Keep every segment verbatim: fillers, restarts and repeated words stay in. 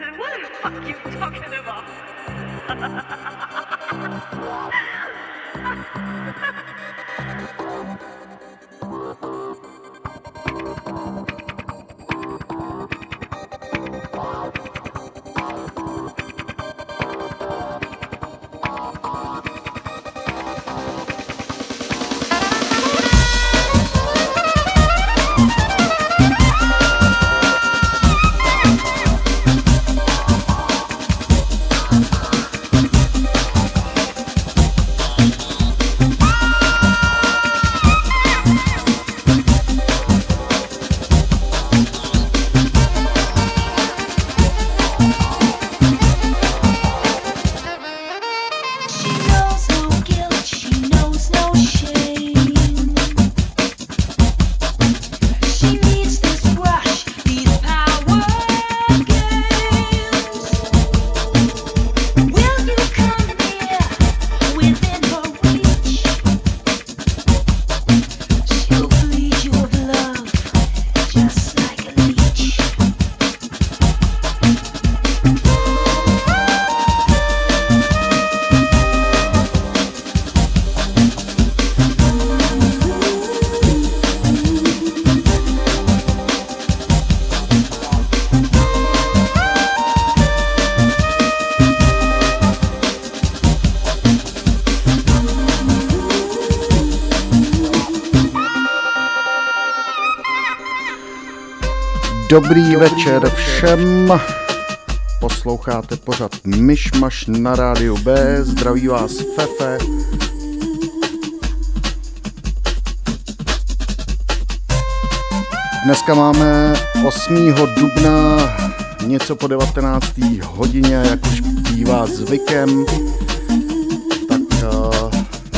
What the fuck you talking about? Dobrý večer všem, posloucháte pořad Myšmaš na rádiu B, zdraví vás Fefe. Dneska máme osmého dubna, něco po devatenácté hodině, jak už bývá zvykem, tak uh,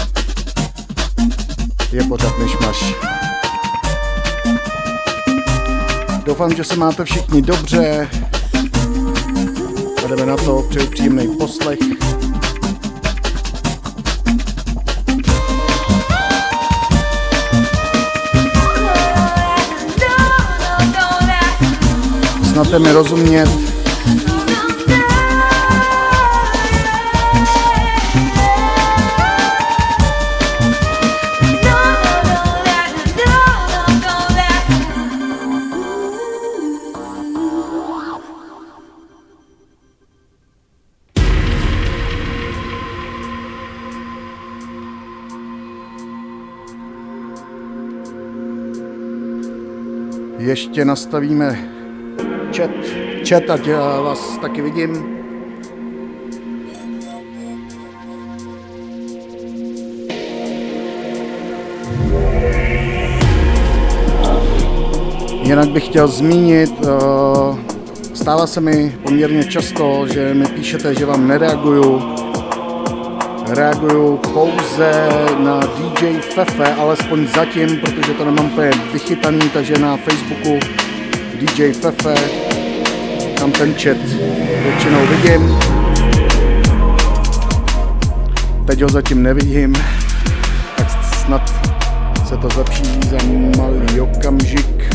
je pořad Myšmaš. Doufám, že se máte všichni dobře a jdeme na to, přeju příjemný poslech. Snadte mi rozumět. Ještě nastavíme chat, chat, ať já vás taky vidím. Jinak bych chtěl zmínit, stává se mi poměrně často, že mi píšete, že vám nereaguju. Reaguju pouze na D J Fefe, alespoň zatím, protože to nemám úplně vychytaný, takže na Facebooku D J Fefe, tam ten chat většinou vidím. Teď ho zatím nevidím, tak snad se to zlepší za malý okamžik.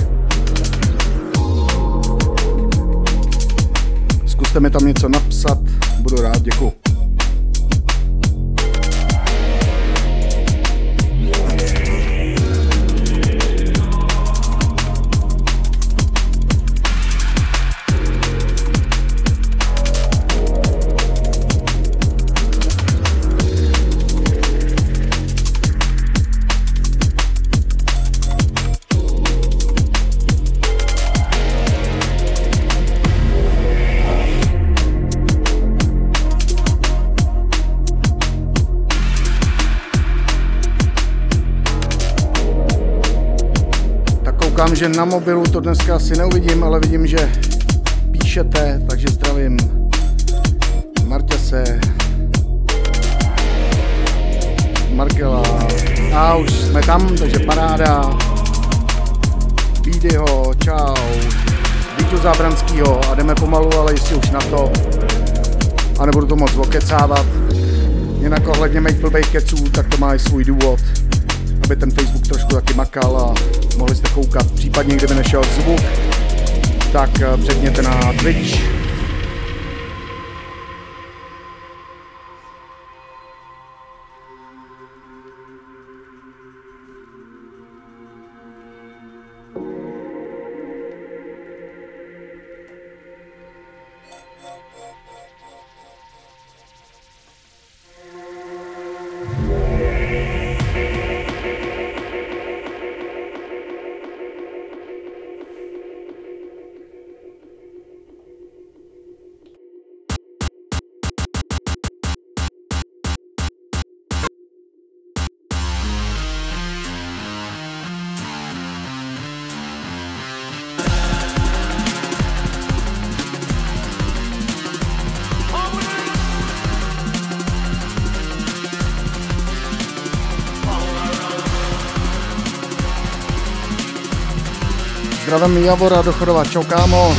Zkuste mi tam něco napsat, budu rád, děkuju. Že na mobilu to dneska asi neuvidím, ale vidím, že píšete, takže zdravím Marťase, Markela a už jsme tam, takže paráda. Vídyho, čau, Víťu Zábranskýho a jdeme pomalu, ale jistě už na to a nebudu to moc okecávat. Jinak ohledně mých blbých keců, tak to má i svůj důvod, aby ten Facebook trošku taky makal a mohli jste koukat. Případně, kdyby nešel zvuk, tak předněte na Twitch Zdravím Javora do Chodova, čau kámo.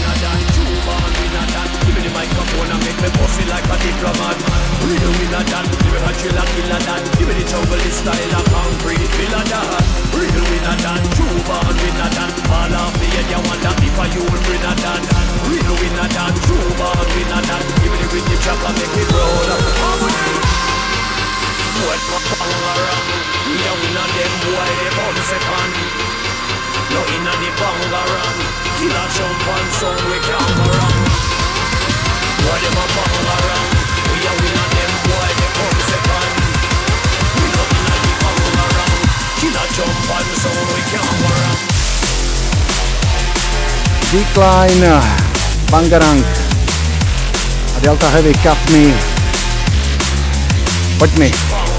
No inna the bangarang, till I jump on song we can't go wrong. Why them a bangarang? We a winna them boy they come second. We no inna the bangarang, till I jump on song we can't go wrong. Decline, Bangarang a Delta Heavy Cut Me. Pojď mi.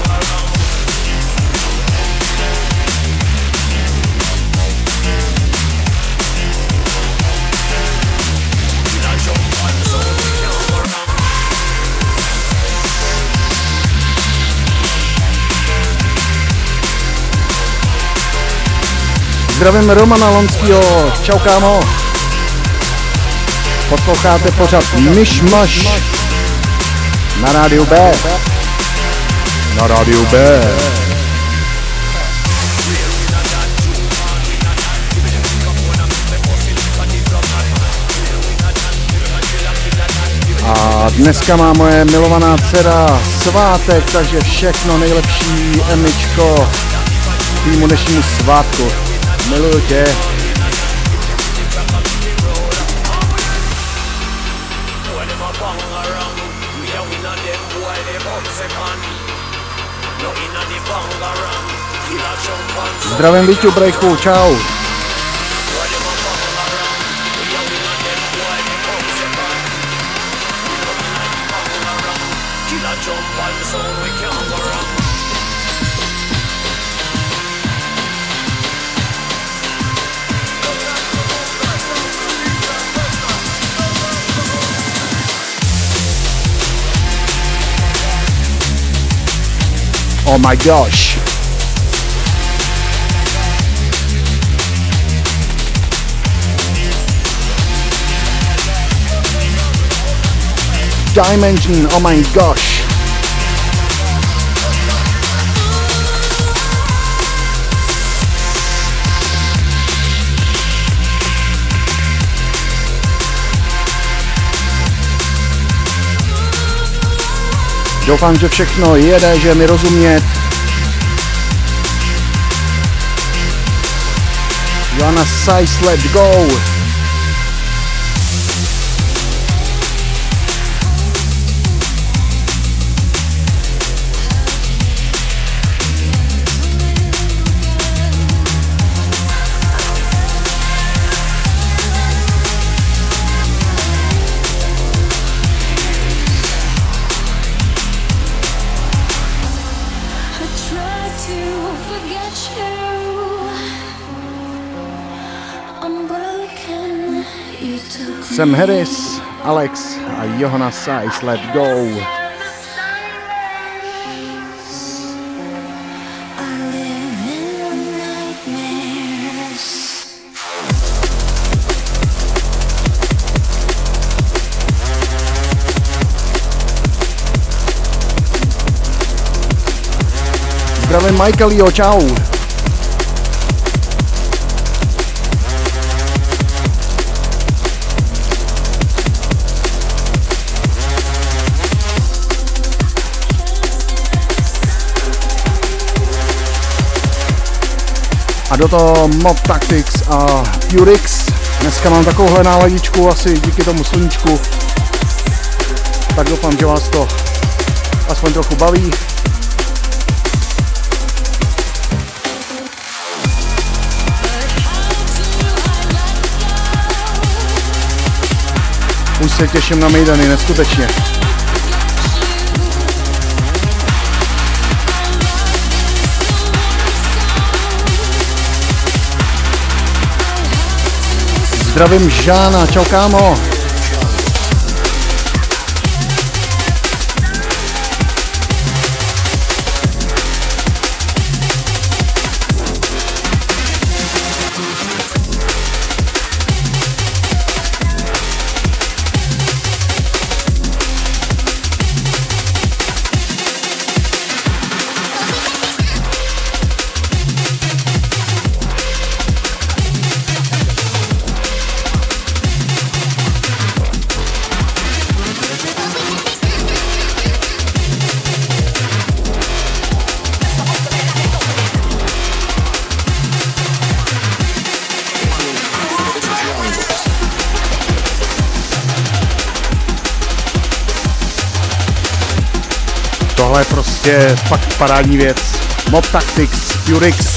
Zdravím Romana Lonskýho, čau kámo. Posloucháte pořad Myšmaš na rádiu B. Na rádiu B. A dneska má moje milovaná dcera svátek, takže všechno nejlepší, Emičko, týmu dnešnímu svátku. Miluju tě. Zdravím Víťu Brejchu, čau. Oh my gosh. Dimension, oh my gosh. Doufám, že všechno jede, že mi rozumět. Joanna Size, let's go! Sam Harris, Alex a Johanna Size, let's go. Zdravím Michaelio, čau. A do toho Mob Tactics a Purix. Dneska mám takovouhle náladičku asi díky tomu sluníčku. Tak doufám, že vás to aspoň trochu baví. Už se těším na mejdany, neskutečně. Zdravím Žána, čau kámo. Tohle je prostě fakt parádní věc. Mob Tactics, Purix,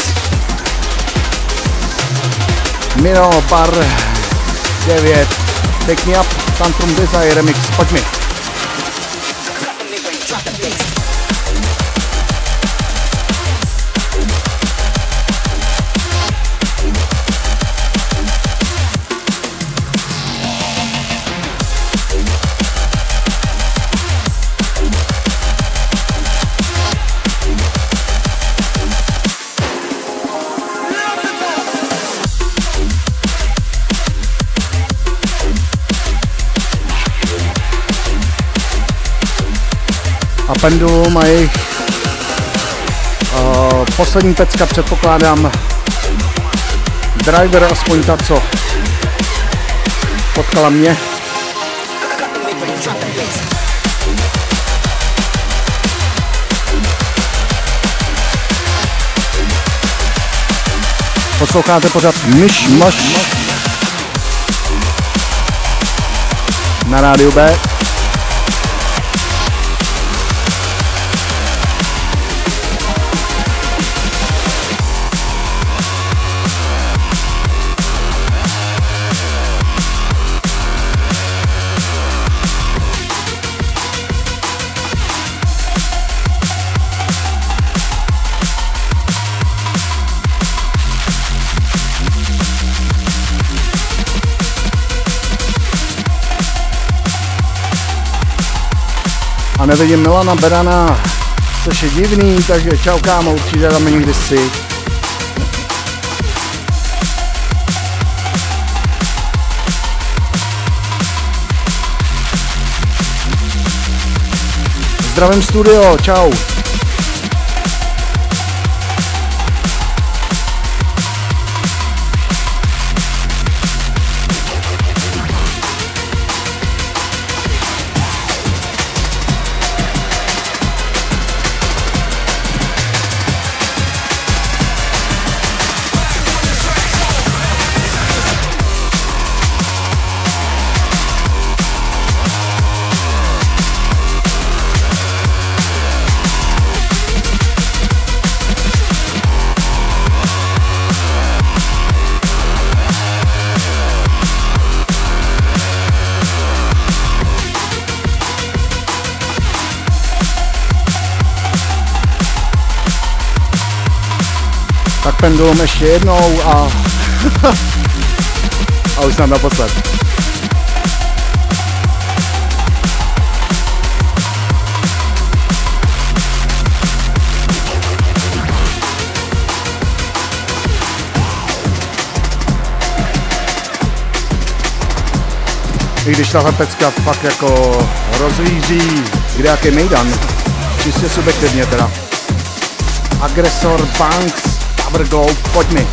Mino Bar devět, Take Me Up, Tantrum Desire Remix, pojď mi. A Pendulum a jejich uh, poslední pecka, předpokládám, Driver, aspoň ta, co potkala mě. Posloucháte pořád Myš Maš na rádiu B. A nevidím Milana Berana, což je divný, takže čau kámo, určitě tam někdy si. Zdravím studio, čau. Pendulum ještě jednou a a už jsem naposled. I když tahle pecka fakt jako rozvíří kdejaký mejdan, čistě subjektivně teda. Agresor, Banks, Powerglow, pojď mi.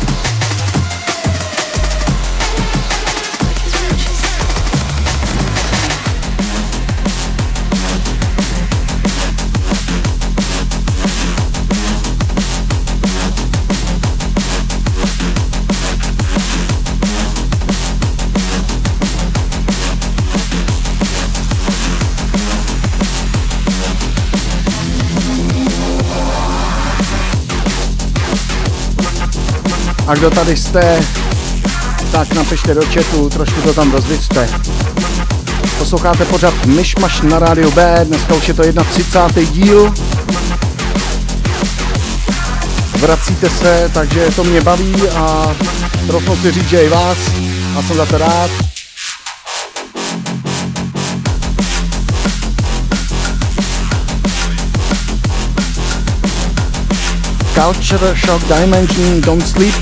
A kdo tady jste, tak napište do chatu, trošku to tam rozvěřte. Posloucháte pořád Myšmaš na rádiu B, dneska už je to třicátý první díl. Vracíte se, takže to mě baví a trochu si říct, že i vás, a jsem za to rád. Culture Shock Dimension, Don't Sleep.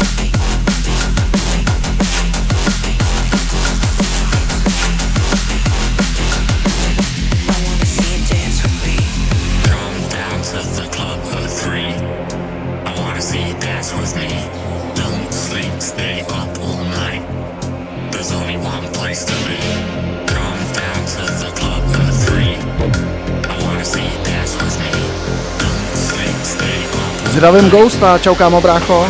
Zdravím Ghosta, čau kámo brácho.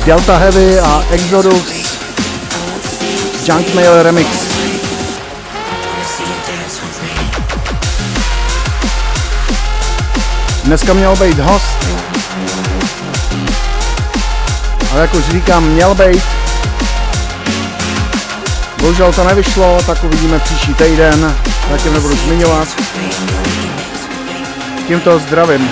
Delta Heavy a Exodus Junk Mail Remix. Dneska měl být host, ale jak už říkám, měl být. Bohužel to nevyšlo, tak uvidíme příští týden, zatím nebudu zmiňovat. Tímto zdravím.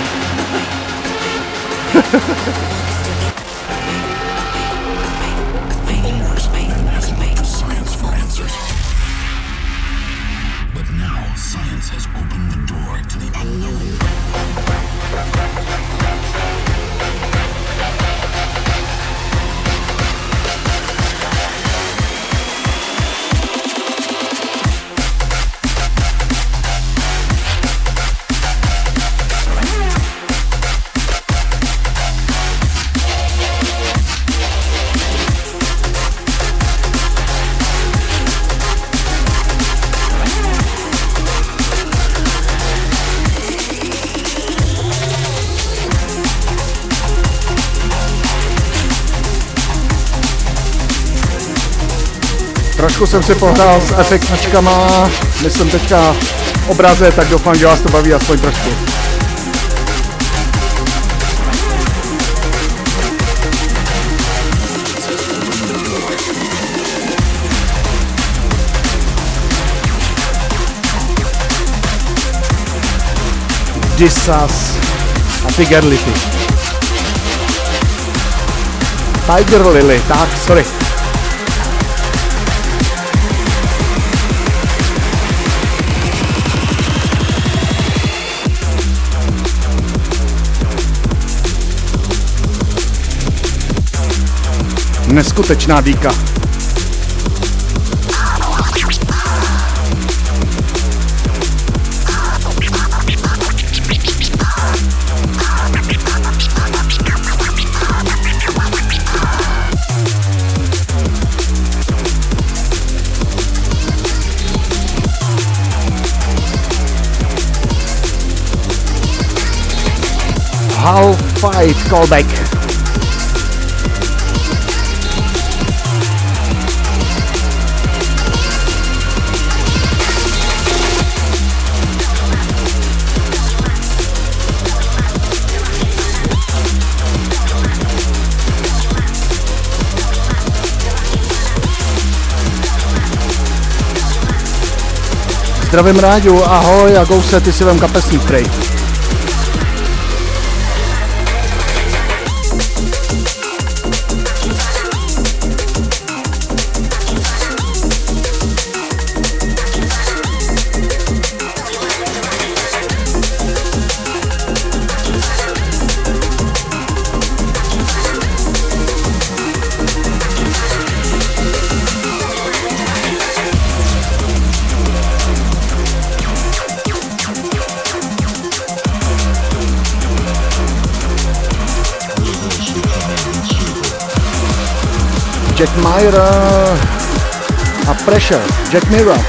Trošku jsem si pohrál s efektičkama, myslím teďka obraze, tak doufám, že vás to baví aspoň trošku. Disas a Tiger Lily. Tiger Lily, tak, sorry. Neskutečná dýka. Hall Fight Callback. Zdravím Ráďu, ahoj a Gouse, ty si vem kapesník prej. Jack Meyer a Pressure, Jack Mira.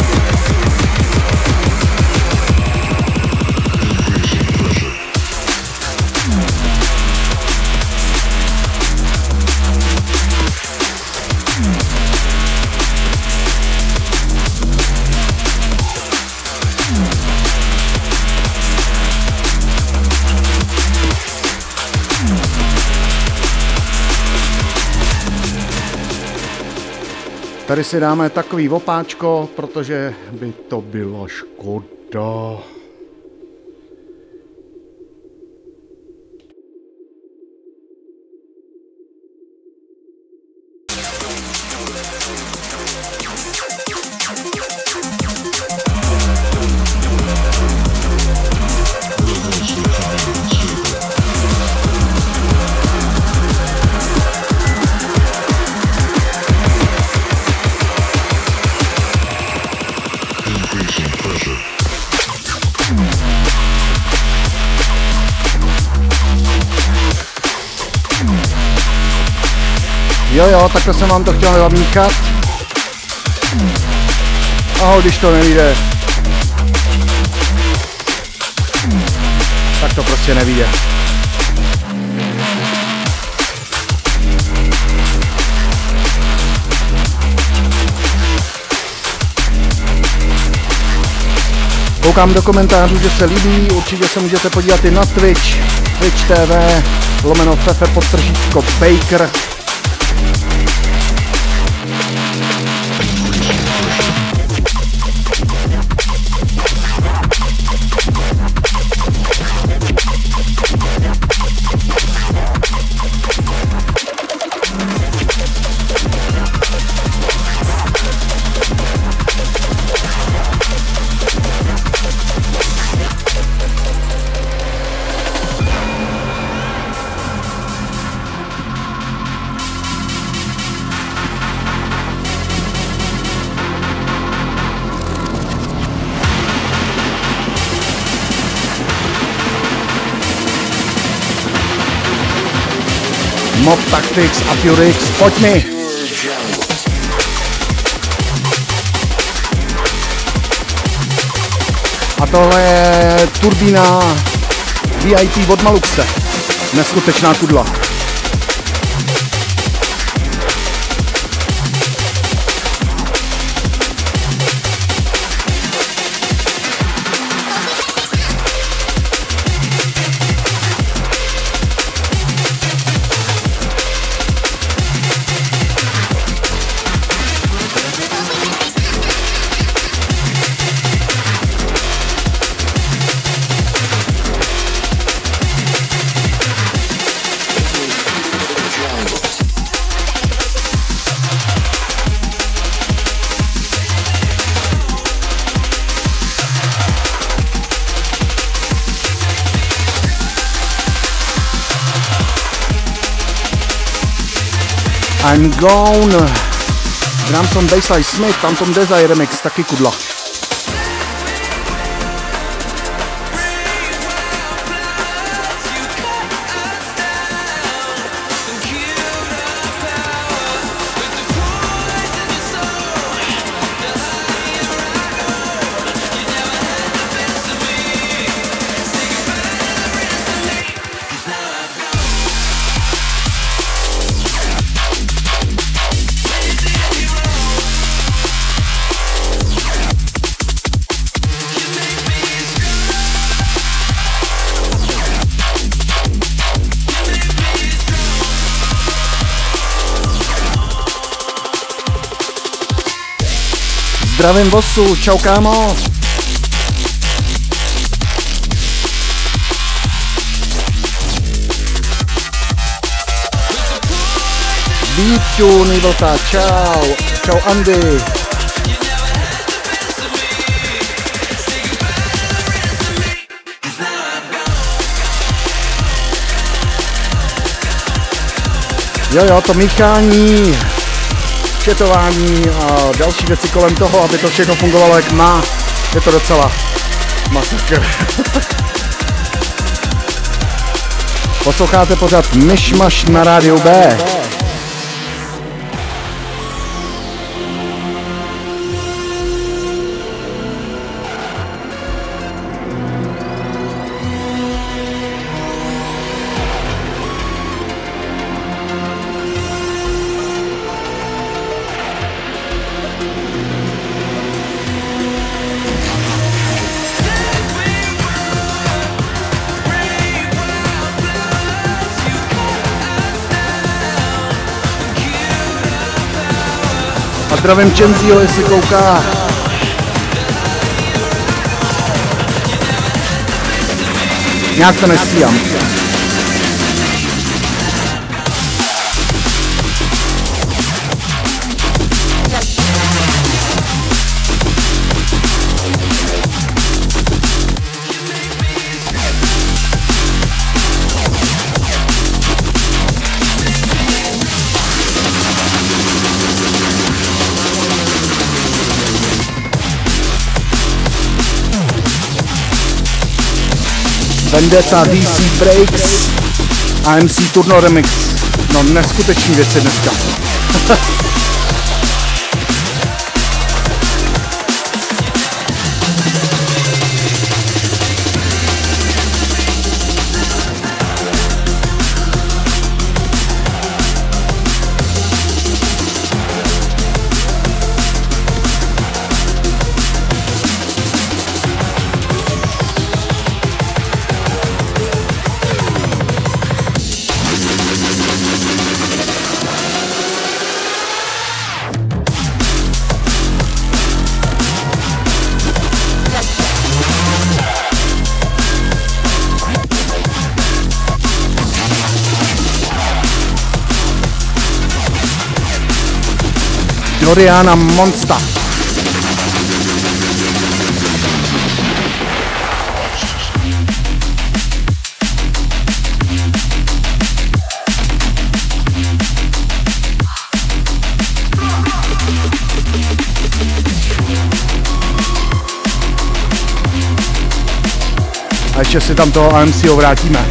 Tady si dáme takový opáčko, protože by to bylo škoda. Jo jo, takhle jsem vám to chtěl zamíchat. Ahoj, když to nevíde, tak to prostě nevíde. Koukám do komentářů, že se líbí, určitě se můžete podívat i na Twitch, Twitch T V, lomeno Fefe podtržítko Baker. Mob Tactics a Purix, pojď mi! A tohle je turbína V I P od Maluxe. Neskutečná kudla. I'm Gone, Gramson Bassline Smith, Phantom Desire remix, taky kudla. Zdravím bosu, čau kámo. Víťu, Nivlta, čau. Čau Andy. Jo jo, to míchání, četování a další věci kolem toho, aby to všechno fungovalo jak má, je to docela masakr. Posloucháte pořád Myšmaš na rádiu B. Zdravím Čenzího, jestli kouká. Nějak to nestíhám. Vendetta, D C Breaks a M C Turno Remix. No neskutečný věci dneska. Doriana Monsta. A ještě si tam toho A M C ho vrátíme.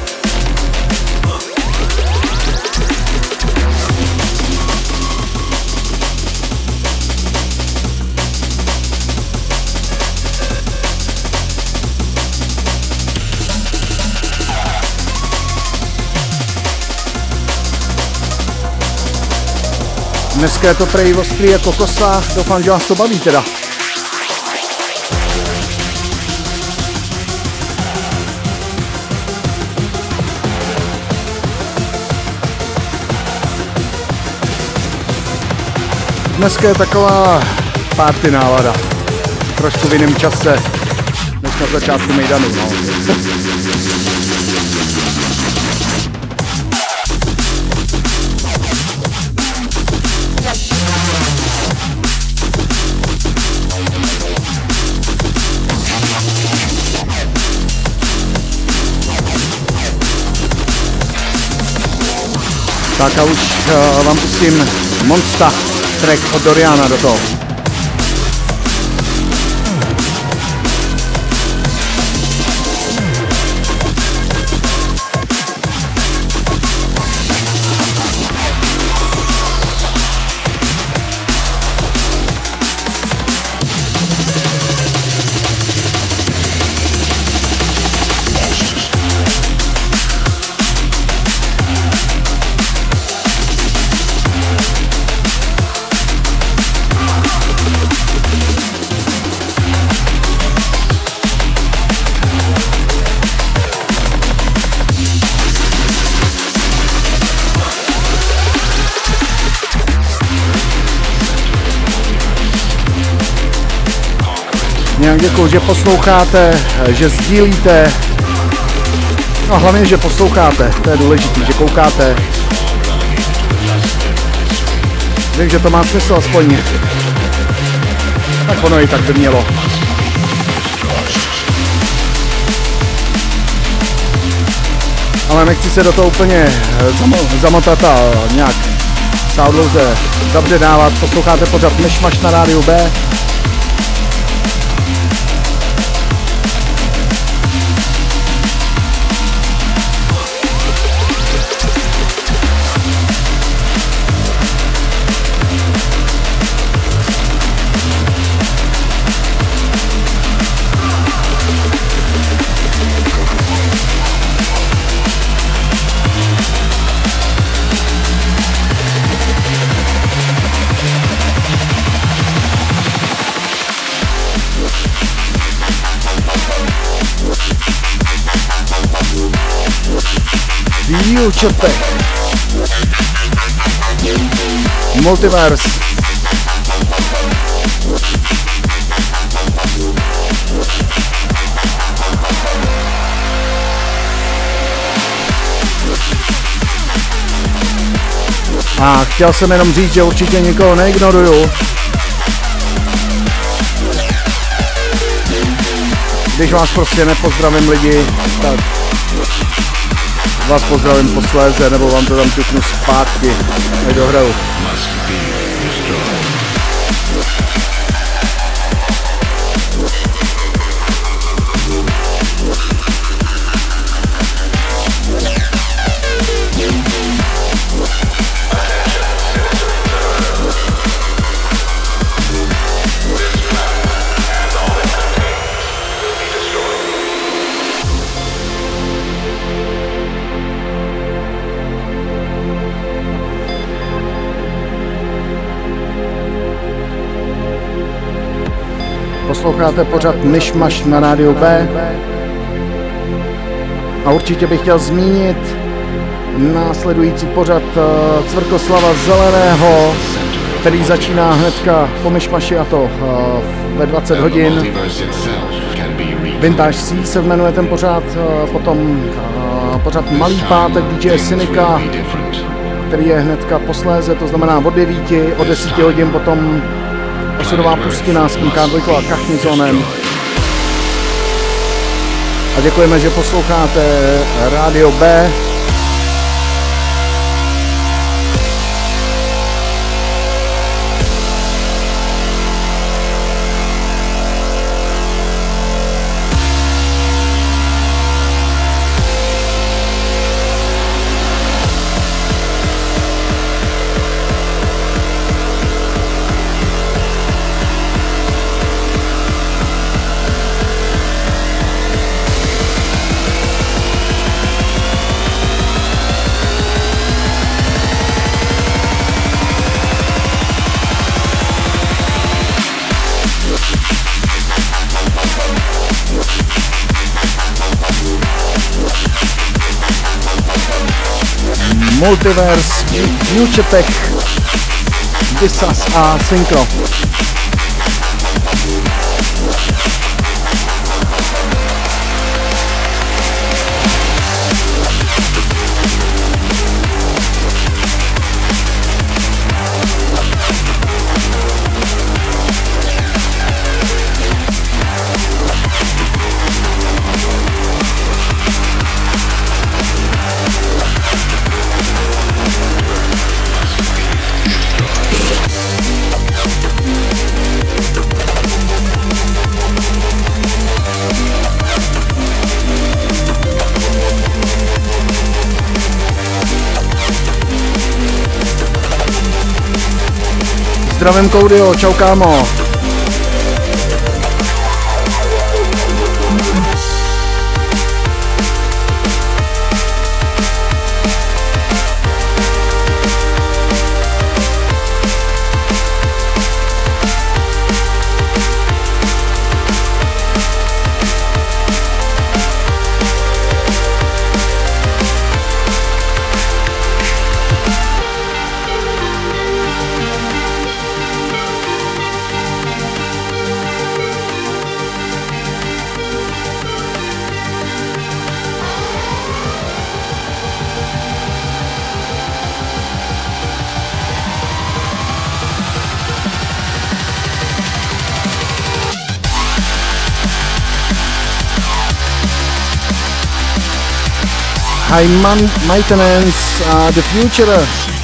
Dneska je to prej ostrý jako kosa, doufám, že vás to baví teda. Dneska je taková party nálada. Trošku v jiném čase, než na začátku Mejdanu, no. Tak a už uh, vám pustím Monsta, track od Doriana do toho. Nějak děkuju, že posloucháte, že sdílíte, no hlavně, že posloucháte, to je důležité, že koukáte. Vím, že to má smysl aspoň, tak ono i tak by mělo. Ale nechci se do toho úplně zamotat a nějak sáhodlouze zabředávat. Posloucháte pořád Myšmaš na rádiu B. Future Tech Multiverse. A chtěl jsem jenom říct, že určitě nikoho neignoruju. Když vás prostě nepozdravím lidi, tak vás pozdravím posléze, nebo vám to tam ťuknu zpátky, než dohraju. Posloucháte pořad Myšmaš na rádiu B. A určitě bych chtěl zmínit následující pořad Cvrkoslava Zeleného, který začíná hnedka po Myšmaši, a to ve dvacet hodin. Vintage Sea se jmenuje ten pořad, potom pořad Malý pátek D J Cynika který je hnedka posléze, to znamená od devíti, od deseti hodin potom osudová pustina s tím K dva a Kachnizonem. A děkujeme, že posloucháte Rádio B. Multiverse, Future Tech, Disas a Synchro. Zdravím Koudio, čau kámo. High Maintenance a The Future.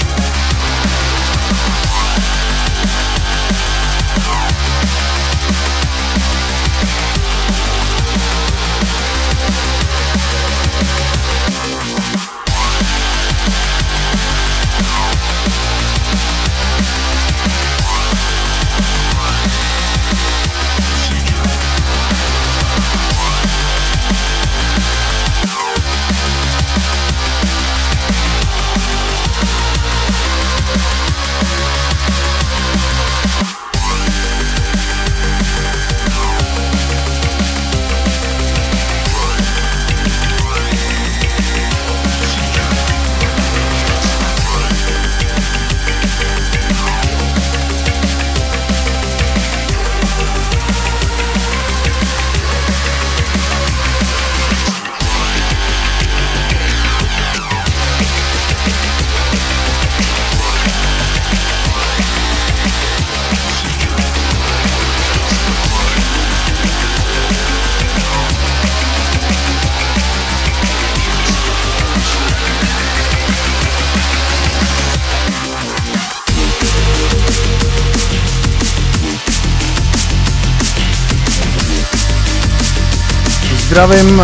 Zdravím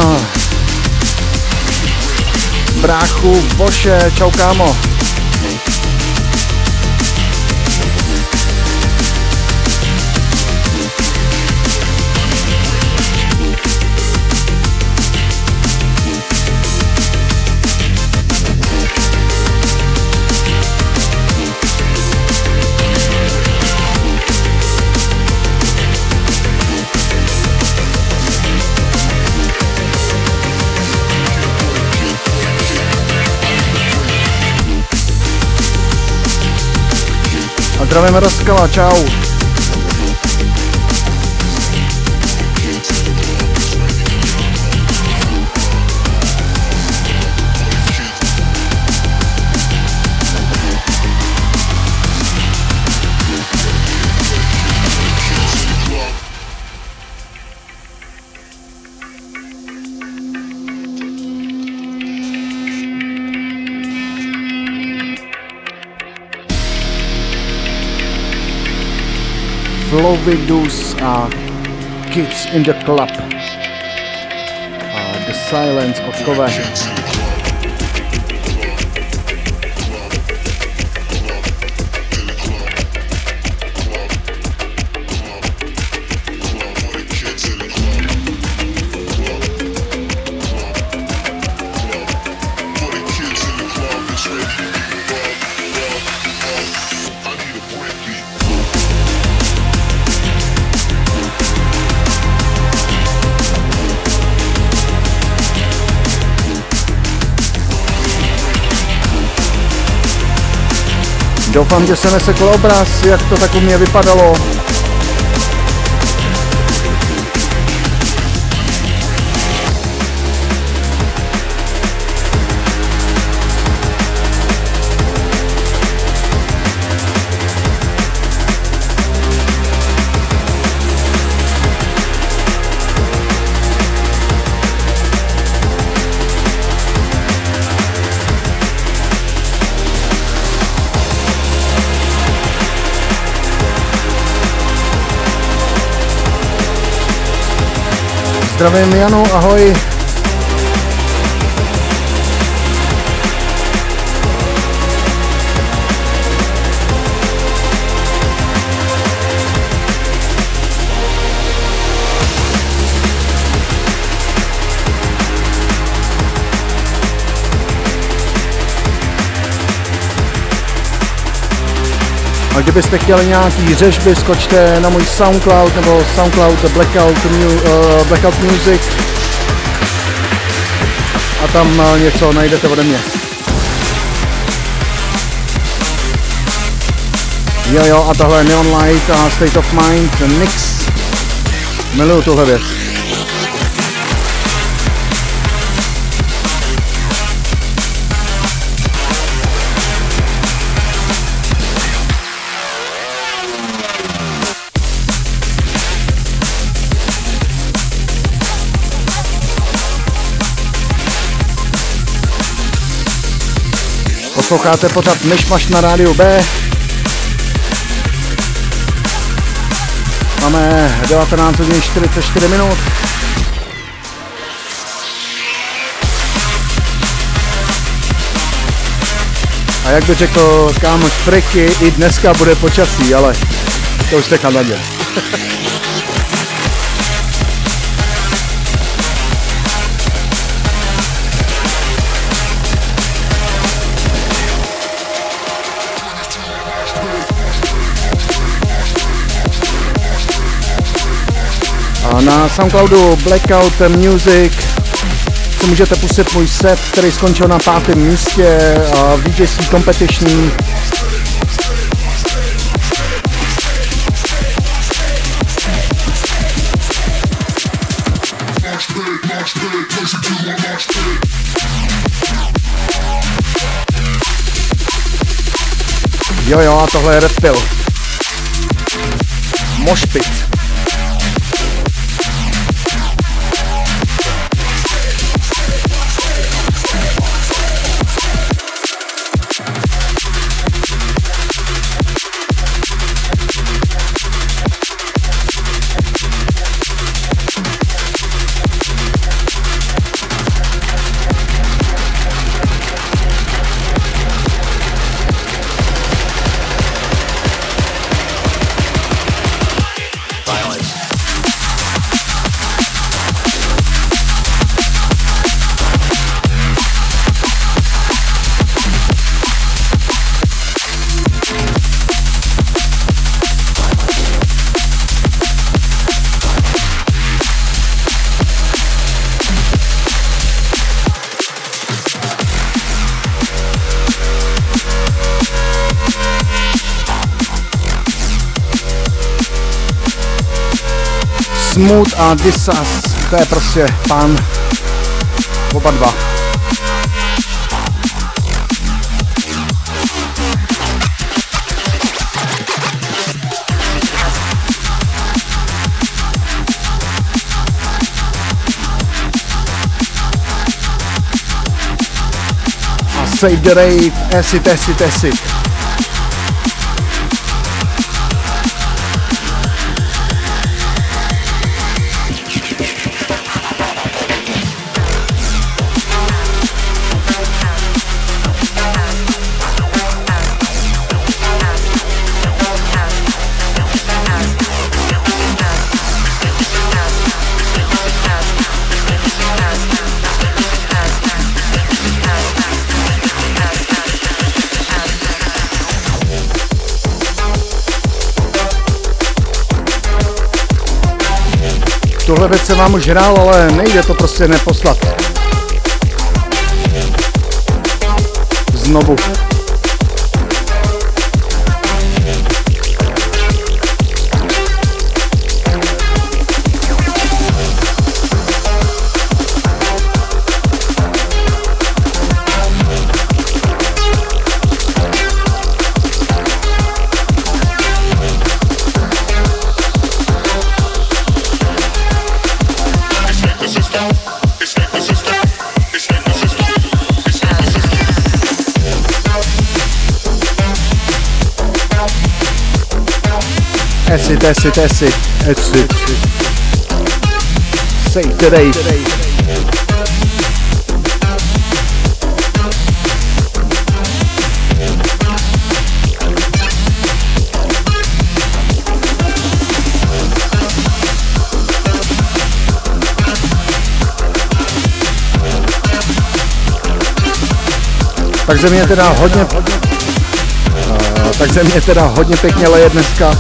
bráchu Boše, čau kámo. Zdravím Raskala, čau. Flovidus a Kids in the Club a The Silence od Kove. Doufám, že se nesekl obraz, jak to tak u mě vypadalo. Zdravím Janu, ahoj. A kdybyste chtěli nějaký řežby, skočte na můj Soundcloud nebo Soundcloud Blackout, uh, Blackout Music a tam uh, něco najdete ode mě. Jo jo, a tohle je Neon Light a State of Mind Mix. Miluju tuhle věc. Posloucháte pořád Myšmaš na rádiu B. Máme devatenáct hodin čtyřicet čtyři minut. A jak by řekl kámoš Friky, i dneska bude počasí, ale to už nechám na ně. Na Soundcloudu Blackout Music si můžete pustit můj set, který skončil na pátém místě v D J C Competition. Jo jo, a tohle je Reptil. Moshpit. Smooth a Disas, to je prostě pán, oba dva. A Save the Rave, acid, acid, acid. Tuhle věc jsem vám už hrál, ale nejde to prostě neposlat. Znovu. Acid, acid, acid, acid. Say today. Tak ze mě teda hodně, uh, tak ze mě teda hodně pěkně leje dneska.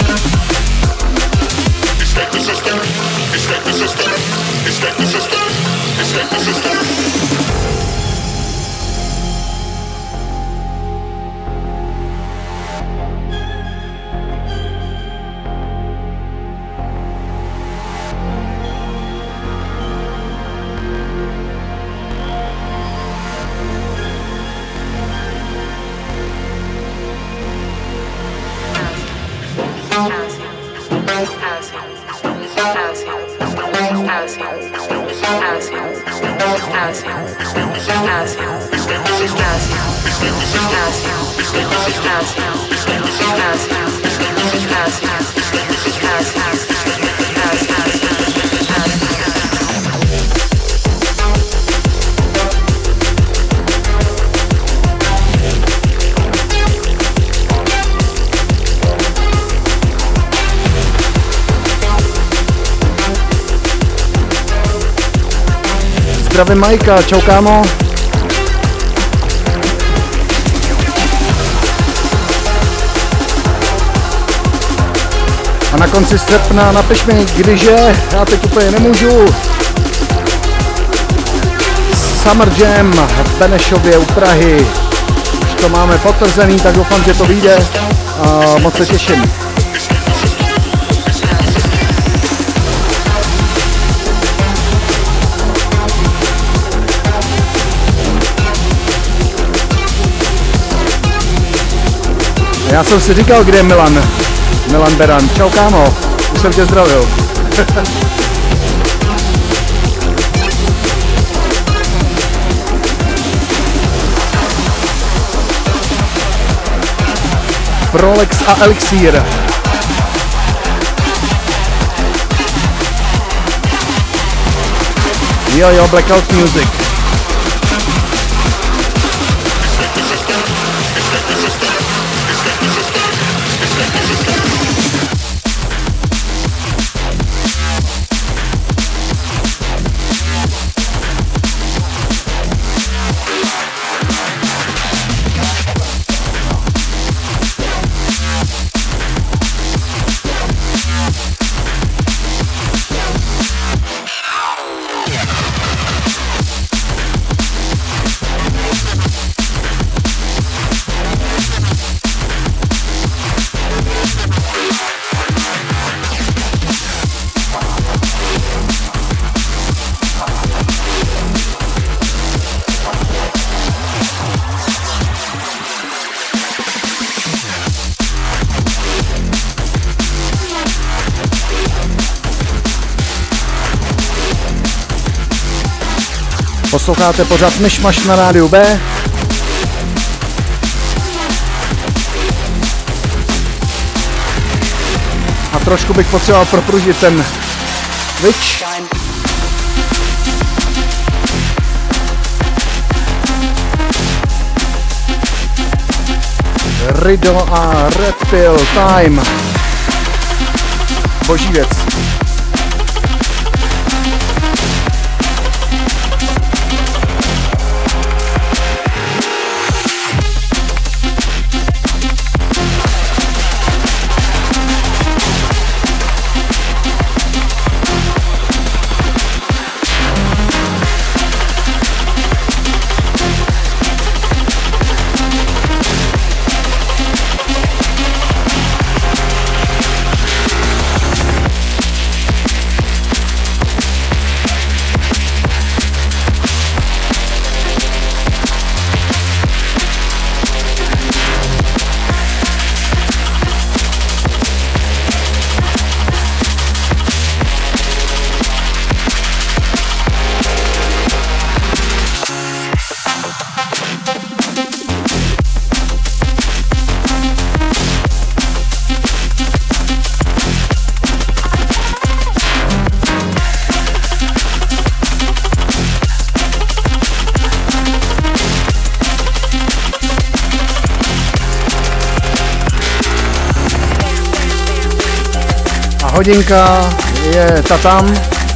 Zdravím Majka, čau kámo. A na konci srpna napiš mi, kdyže, já teď úplně nemůžu. Summer Jam v Benešově u Prahy. Už to máme potvrzený, tak doufám, že to vyjde. A moc se těším. Já jsem si říkal, kde je Milan. Milan Beran. Čau kámo, už jsem tě zdravil. Prolex a Elixir. Jo jo, Blackout Music. Posloucháte pořád Myšmaš na rádiu B. A trošku bych potřeboval propružit ten Twitch. Riddle a Red Pill Time. Boží věc. hodinka je ta tam.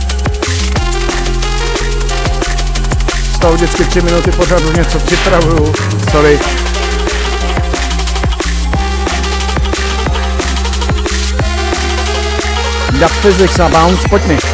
Z toho vždycky tři minuty pořád už něco připravuju. Sorry. Dub Physics a Bounce, pojď mi.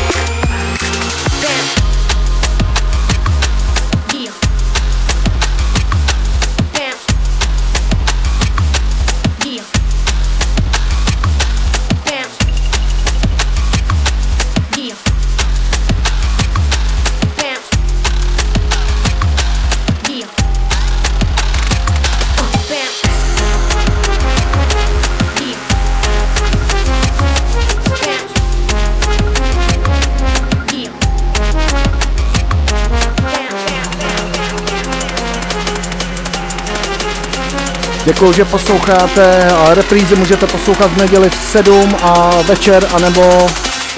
Děkuju, že posloucháte, a reprízy můžete poslouchat v neděli v sedm a večer, anebo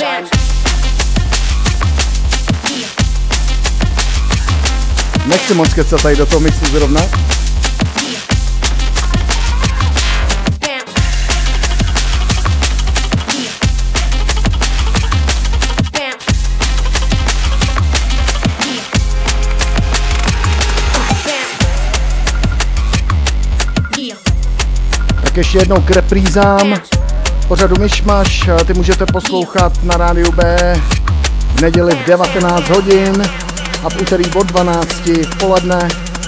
nechci moc kecat tady do toho mixu zrovna. Tak ještě jednou k reprízám pořadu Myšmaš, ty můžete poslouchat na rádiu B v neděli v devatenáct hodin a v úterý od dvanácti v poledne.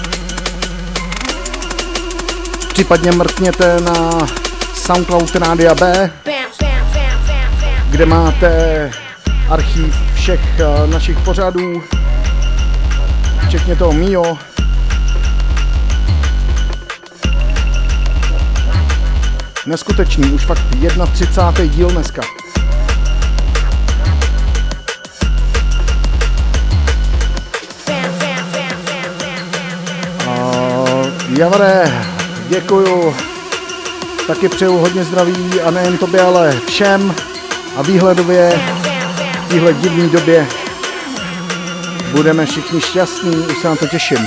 Případně mrkněte na Soundcloud Rádia B, kde máte archív všech našich pořadů, včetně toho mýho. Neskutečný, už fakt třicátý první díl dneska. Uh, Javore, děkuju. Taky přeju hodně zdraví a nejen tobě, ale všem. A výhledově v téhle divné době budeme všichni šťastní, už se na to těším.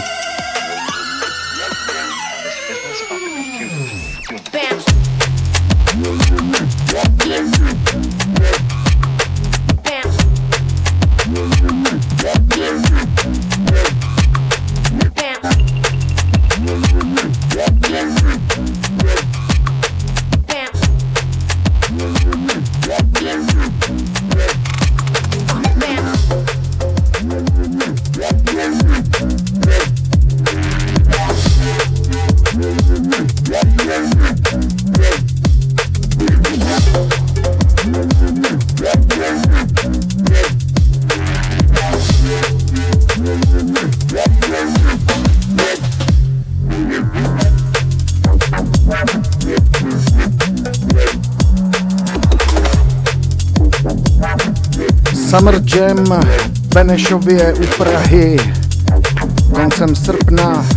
Summer Jam v Benešově u Prahy koncem srpna,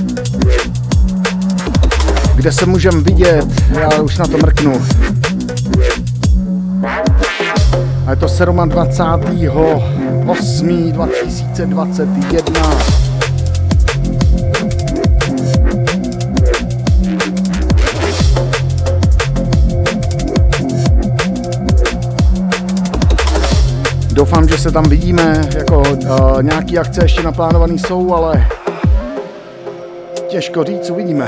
kde se můžeme vidět, já už na to mrknu. A je to dvacátého osmého dva tisíce dvacet jedna. Doufám, že se tam vidíme, jako uh, nějaký akce ještě naplánovaný jsou, ale těžko říct, uvidíme.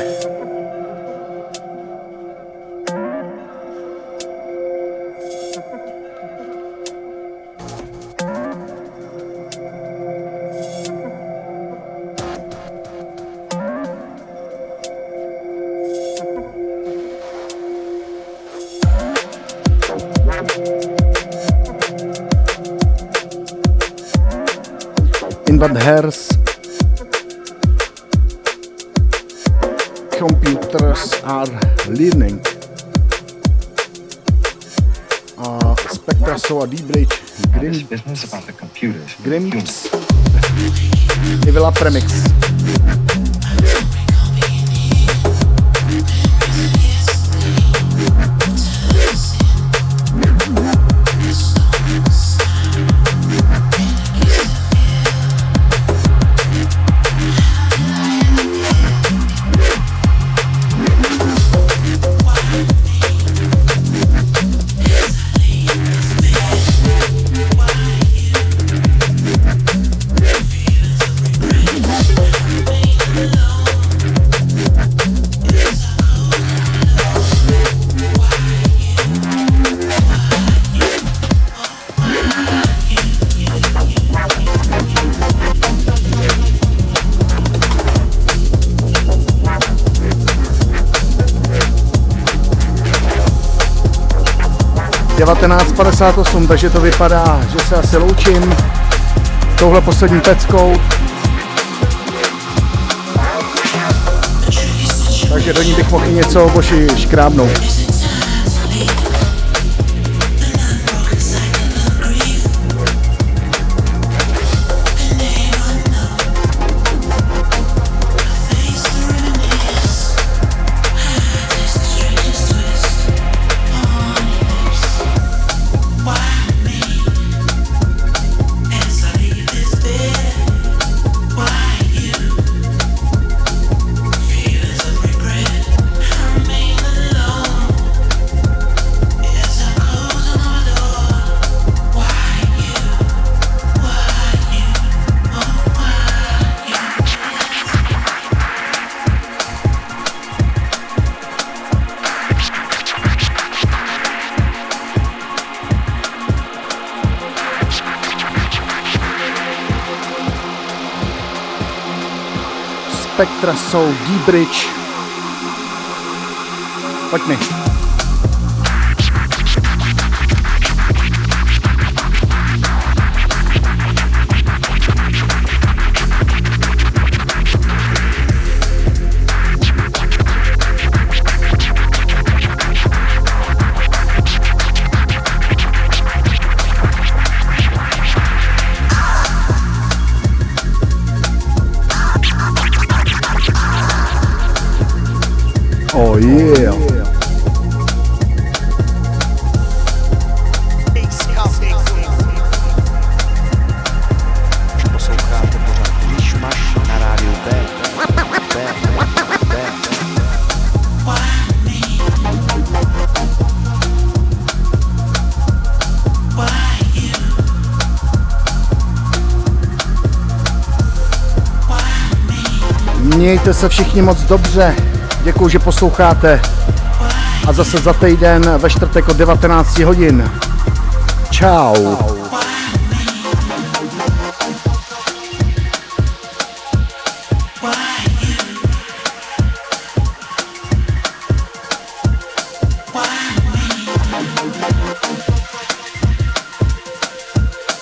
Invad Hairs, Computers are learning. Uh, Spectra Soa D-Bridge, Grim, Grimps, Evila Premix. devatenáct padesát osm, takže to vypadá, že se asi loučím touhle poslední peckou. Takže do ní bych mohl i něco boši škrábnout. Spektra jsou D-Bridge. Pojď mi. Oh yeah. Posloucháte pořád Mišmaš na rádiu B. B. B. Mějte se všichni moc dobře. Děkuju, že posloucháte. A zase za týden ve čtvrtek od devatenáct hodin. Čau.